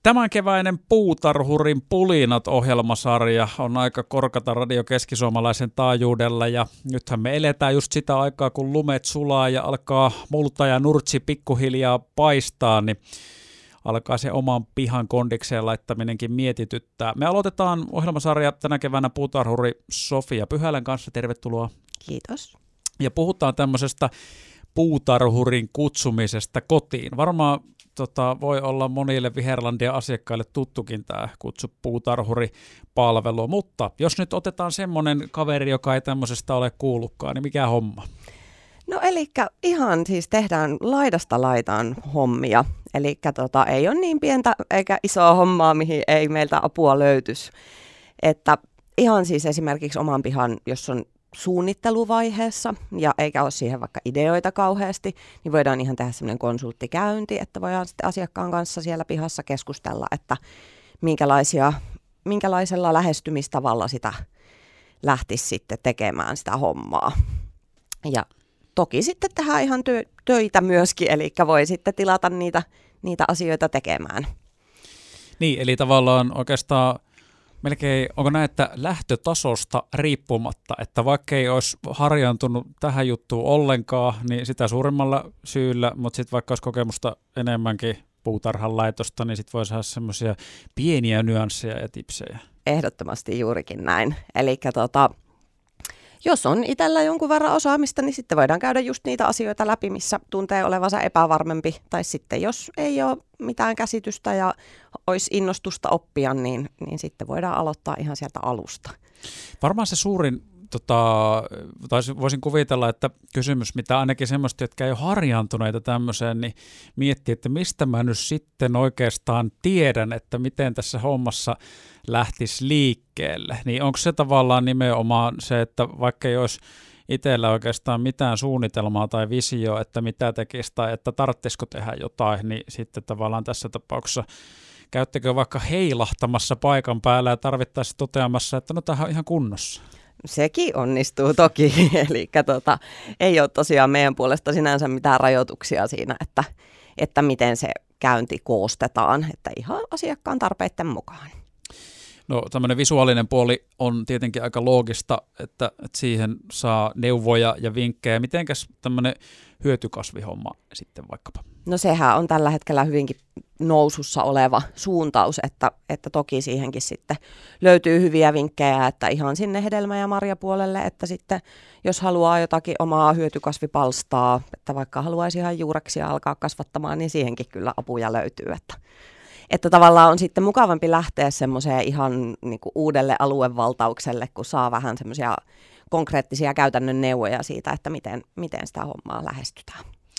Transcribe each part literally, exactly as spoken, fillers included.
Tämänkeväinen Puutarhurin pulinat-ohjelmasarja on aika korkata Radio Keski-Suomalaisen taajuudella ja nythän me eletään just sitä aikaa, kun lumet sulaa ja alkaa multa ja nurtsi pikkuhiljaa paistaa, niin alkaa se oman pihan kondikseen laittaminenkin mietityttää. Me aloitetaan ohjelmasarja tänä keväänä puutarhuri Sofia Pyhälän kanssa. Tervetuloa. Kiitos. Ja puhutaan tämmöisestä puutarhurin kutsumisesta kotiin. Varmaan tota, voi olla monille Viherlandia asiakkaille tuttukin tämä kutsu puutarhuripalvelu, mutta jos nyt otetaan semmoinen kaveri, joka ei tämmöisestä ole kuullutkaan, niin mikä homma? No eli ihan siis tehdään laidasta laitaan hommia, eli tota, ei ole niin pientä eikä isoa hommaa, mihin ei meiltä apua löytyisi. Että ihan siis esimerkiksi oman pihan, jos on suunnitteluvaiheessa ja eikä ole siihen vaikka ideoita kauheasti, niin voidaan ihan tehdä semmoinen konsulttikäynti, että voidaan sitten asiakkaan kanssa siellä pihassa keskustella, että minkälaisia, minkälaisella lähestymistavalla sitä lähtisi sitten tekemään sitä hommaa. Ja toki sitten tehdään ihan tö- töitä myöskin, eli voi sitten tilata niitä, niitä asioita tekemään. Niin, eli tavallaan oikeastaan melkein, onko näin, että lähtötasosta riippumatta, että vaikka ei olisi harjaantunut tähän juttuun ollenkaan, niin sitä suuremmalla syyllä, mutta sitten vaikka olisi kokemusta enemmänkin puutarhan laitosta, niin sitten voi saada semmoisia pieniä nyansseja ja tipsejä. Ehdottomasti juurikin näin. Eli tota, jos on itsellä jonkun verran osaamista, niin sitten voidaan käydä just niitä asioita läpi, missä tuntee olevansa epävarmempi. Tai sitten jos ei ole mitään käsitystä ja olisi innostusta oppia, niin, niin sitten voidaan aloittaa ihan sieltä alusta. Varmaan se suurin, tota, tai voisin kuvitella, että kysymys, mitä ainakin semmoista, jotka ei ole harjaantuneita tämmöiseen, niin miettii, että mistä mä nyt sitten oikeastaan tiedän, että miten tässä hommassa lähtisi liikkeelle. Niin onko se tavallaan nimenomaan se, että vaikka ei olisi itsellä oikeastaan mitään suunnitelmaa tai visioa, että mitä tekisi tai että tarvitsisiko tehdä jotain, niin sitten tavallaan tässä tapauksessa käyttekö vaikka heilahtamassa paikan päällä ja tarvittaisiin toteamassa, että no tämähän on ihan kunnossa? Sekin onnistuu toki, eli tota, ei ole tosiaan meidän puolesta sinänsä mitään rajoituksia siinä, että, että miten se käynti koostetaan, että ihan asiakkaan tarpeiden mukaan. No tämmöinen visuaalinen puoli on tietenkin aika loogista, että, että siihen saa neuvoja ja vinkkejä. Mitenkäs tämmöinen hyötykasvihomma sitten vaikkapa? No sehän on tällä hetkellä hyvinkin nousussa oleva suuntaus, että, että toki siihenkin sitten löytyy hyviä vinkkejä, että ihan sinne hedelmä- ja marjapuolelle, että sitten jos haluaa jotakin omaa hyötykasvipalstaa, että vaikka haluaisi ihan juureksia alkaa kasvattamaan, niin siihenkin kyllä apuja löytyy, että Että tavallaan on sitten mukavampi lähteä semmoiseen ihan niin kuin uudelle aluevaltaukselle, kun saa vähän semmoisia konkreettisia käytännön neuvoja siitä, että miten, miten sitä hommaa lähestytään.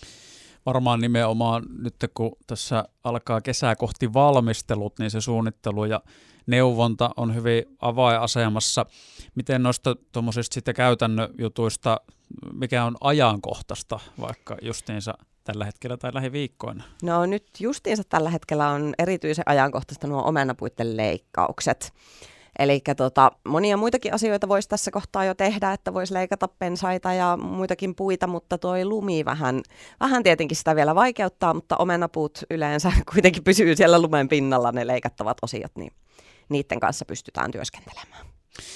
Varmaan nimenomaan nyt kun tässä alkaa kesää kohti valmistelut, niin se suunnittelu ja neuvonta on hyvin avainasemassa. Miten noista tuommoisista sitten käytännön jutuista, mikä on ajankohtaista vaikka justiinsa tällä hetkellä tai lähiviikkoina? No nyt justiinsa tällä hetkellä on erityisen ajankohtaista nuo omenapuitten leikkaukset. Eli tota, monia muitakin asioita voisi tässä kohtaa jo tehdä, että voisi leikata pensaita ja muitakin puita, mutta tuo lumi vähän, vähän tietenkin sitä vielä vaikeuttaa, mutta omenapuut yleensä kuitenkin pysyy siellä lumen pinnalla, ne leikattavat osiot, niin niiden kanssa pystytään työskentelemään.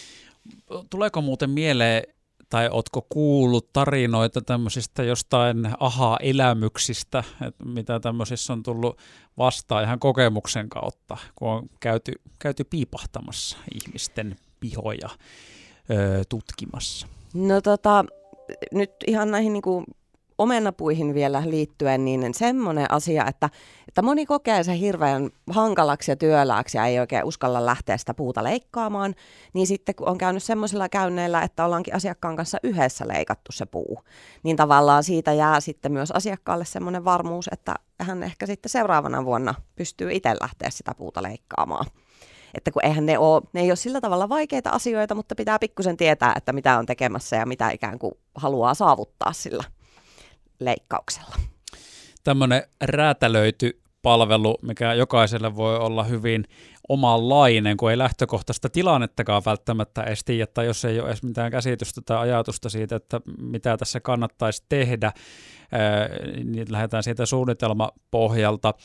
Tuleeko muuten mieleen, tai ootko kuullut tarinoita tämmöisistä jostain aha-elämyksistä, että mitä tämmöisissä on tullut vastaan ihan kokemuksen kautta, kun on käyty, käyty piipahtamassa ihmisten pihoja öö, tutkimassa? No tota, nyt ihan näihin niinku omenapuihin vielä liittyen, niin semmoinen asia, että, että moni kokee sen hirveän hankalaksi ja työlääksi ja ei oikein uskalla lähteä sitä puuta leikkaamaan, niin sitten kun on käynyt semmoisilla käynneillä, että ollaankin asiakkaan kanssa yhdessä leikattu se puu, niin tavallaan siitä jää sitten myös asiakkaalle semmoinen varmuus, että hän ehkä sitten seuraavana vuonna pystyy itse lähteä sitä puuta leikkaamaan. Että kun eihän ne ole, ne ei ole sillä tavalla vaikeita asioita, mutta pitää pikkusen tietää, että mitä on tekemässä ja mitä ikään kuin haluaa saavuttaa sillä leikkauksella. Tämmöinen räätälöity palvelu, mikä jokaiselle voi olla hyvin omanlainen, kun ei lähtökohtaista tilannettakaan välttämättä edes tiedä, tai jos ei ole edes mitään käsitystä tai ajatusta siitä, että mitä tässä kannattaisi tehdä, niin lähdetään siitä suunnitelmapohjalta.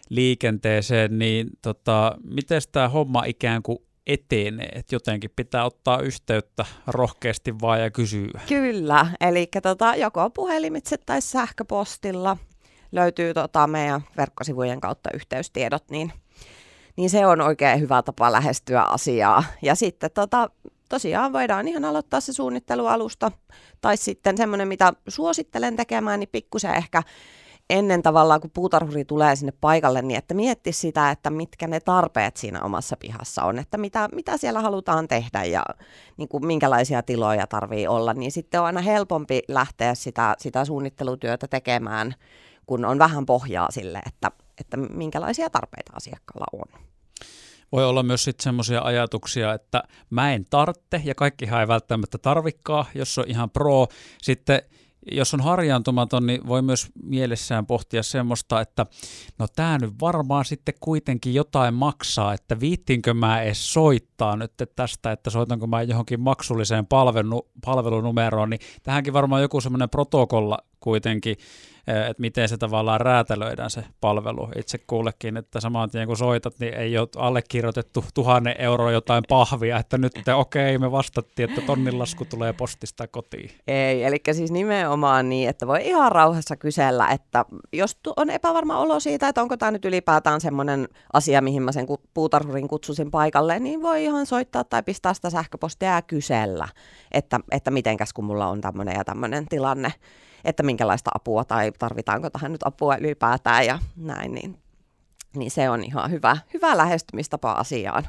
liikenteeseen, niin tota, miten tämä homma ikään kuin etenee, että jotenkin pitää ottaa yhteyttä rohkeasti vaan ja kysyä. Kyllä, eli tota, joko puhelimitse tai sähköpostilla löytyy tota, meidän verkkosivujen kautta yhteystiedot, niin, niin se on oikein hyvä tapa lähestyä asiaa. Ja sitten tota, tosiaan voidaan ihan aloittaa se suunnittelualusta, tai sitten semmoinen, mitä suosittelen tekemään, niin pikkusen ehkä ennen tavallaan, kun puutarhuri tulee sinne paikalle, niin että mietti sitä, että mitkä ne tarpeet siinä omassa pihassa on, että mitä, mitä siellä halutaan tehdä ja niin kuin minkälaisia tiloja tarvii olla, niin sitten on aina helpompi lähteä sitä, sitä suunnittelutyötä tekemään, kun on vähän pohjaa sille, että, että minkälaisia tarpeita asiakkaalla on. Voi olla myös sitten semmoisia ajatuksia, että mä en tarvitse ja kaikkihan ei välttämättä tarvikaan, jos on ihan pro. Sitten jos on harjaantumaton, niin voi myös mielessään pohtia semmoista, että no tää nyt varmaan sitten kuitenkin jotain maksaa, että viittinkö mä edes soittaa nyt tästä, että soitanko mä johonkin maksulliseen palvelu, palvelunumeroon, niin tähänkin varmaan joku semmoinen protokolla kuitenkin, että miten se tavallaan räätälöidään se palvelu. Itse kuullekin, että saman tien kun soitat, niin ei ole allekirjoitettu tuhannen euroa jotain pahvia, että nyt okei, okay, me vastattiin, että tonnin lasku tulee postista kotiin. Ei, eli siis nimenomaan niin, että voi ihan rauhassa kysellä, että jos on epävarma olo siitä, että onko tämä nyt ylipäätään semmoinen asia, mihin mä sen puutarhurin kutsusin paikalle, niin voi ihan soittaa tai pistää sitä sähköpostia ja kysellä, että, että mitenkäs kun mulla on tämmöinen ja tämmöinen tilanne, että minkälaista apua tai tarvitaanko tähän nyt apua ylipäätään ja näin, niin, niin se on ihan hyvä, hyvä lähestymistapa asiaan.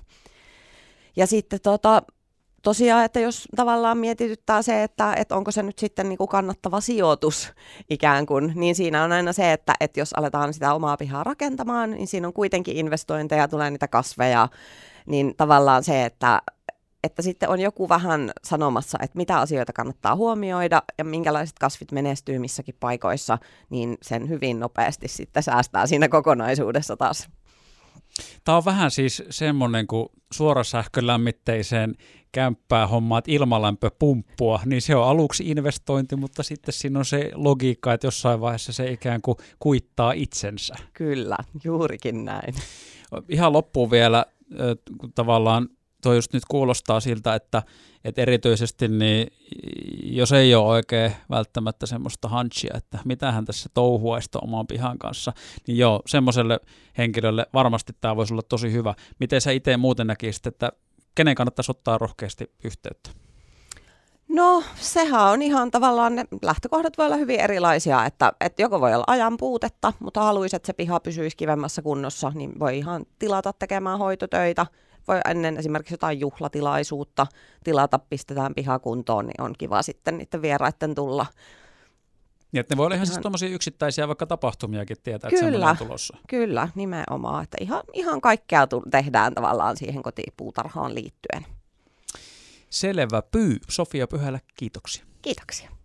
Ja sitten tota, tosiaan, että jos tavallaan mietityttää se, että, että onko se nyt sitten niin kuin kannattava sijoitus ikään kuin, niin siinä on aina se, että, että jos aletaan sitä omaa pihaa rakentamaan, niin siinä on kuitenkin investointeja, tulee niitä kasveja, niin tavallaan se, että että sitten on joku vähän sanomassa, että mitä asioita kannattaa huomioida ja minkälaiset kasvit menestyy missäkin paikoissa, niin sen hyvin nopeasti sitten säästää siinä kokonaisuudessa taas. Tämä on vähän siis semmoinen, kun suorasähkölämmitteiseen kämppää hommaat ilmalämpöpumppua, niin se on aluksi investointi, mutta sitten siinä on se logiikka, että jossain vaiheessa se ikään kuin kuittaa itsensä. Kyllä, juurikin näin. Ihan loppuun vielä tavallaan tuo just nyt kuulostaa siltä, että, että erityisesti niin, jos ei ole oikein välttämättä semmoista hunchia, että mitähän tässä touhuaista oman pihan kanssa, niin joo, semmoiselle henkilölle varmasti tämä voisi olla tosi hyvä. Miten sä itse muuten näkisit, että kenen kannattaisi ottaa rohkeasti yhteyttä? No sehän on ihan tavallaan, ne lähtökohdat voi olla hyvin erilaisia, että, että joko voi olla ajan puutetta, mutta haluaisi, että se piha pysyisi kivemmässä kunnossa, niin voi ihan tilata tekemään hoitotöitä. Voi ennen esimerkiksi jotain juhlatilaisuutta tilata, pistetään pihakuntoon, niin on kiva sitten niiden vieraiden tulla. Niin, että ne voi olla ihan siis tuommoisia yksittäisiä vaikka tapahtumiakin tietää, kyllä, että semmoinen on tulossa. Kyllä, nimenomaan. Että ihan, ihan kaikkea tehdään tavallaan siihen kotipuutarhaan liittyen. Selvä pyy. Sofia Pyhälä, kiitoksia. Kiitoksia.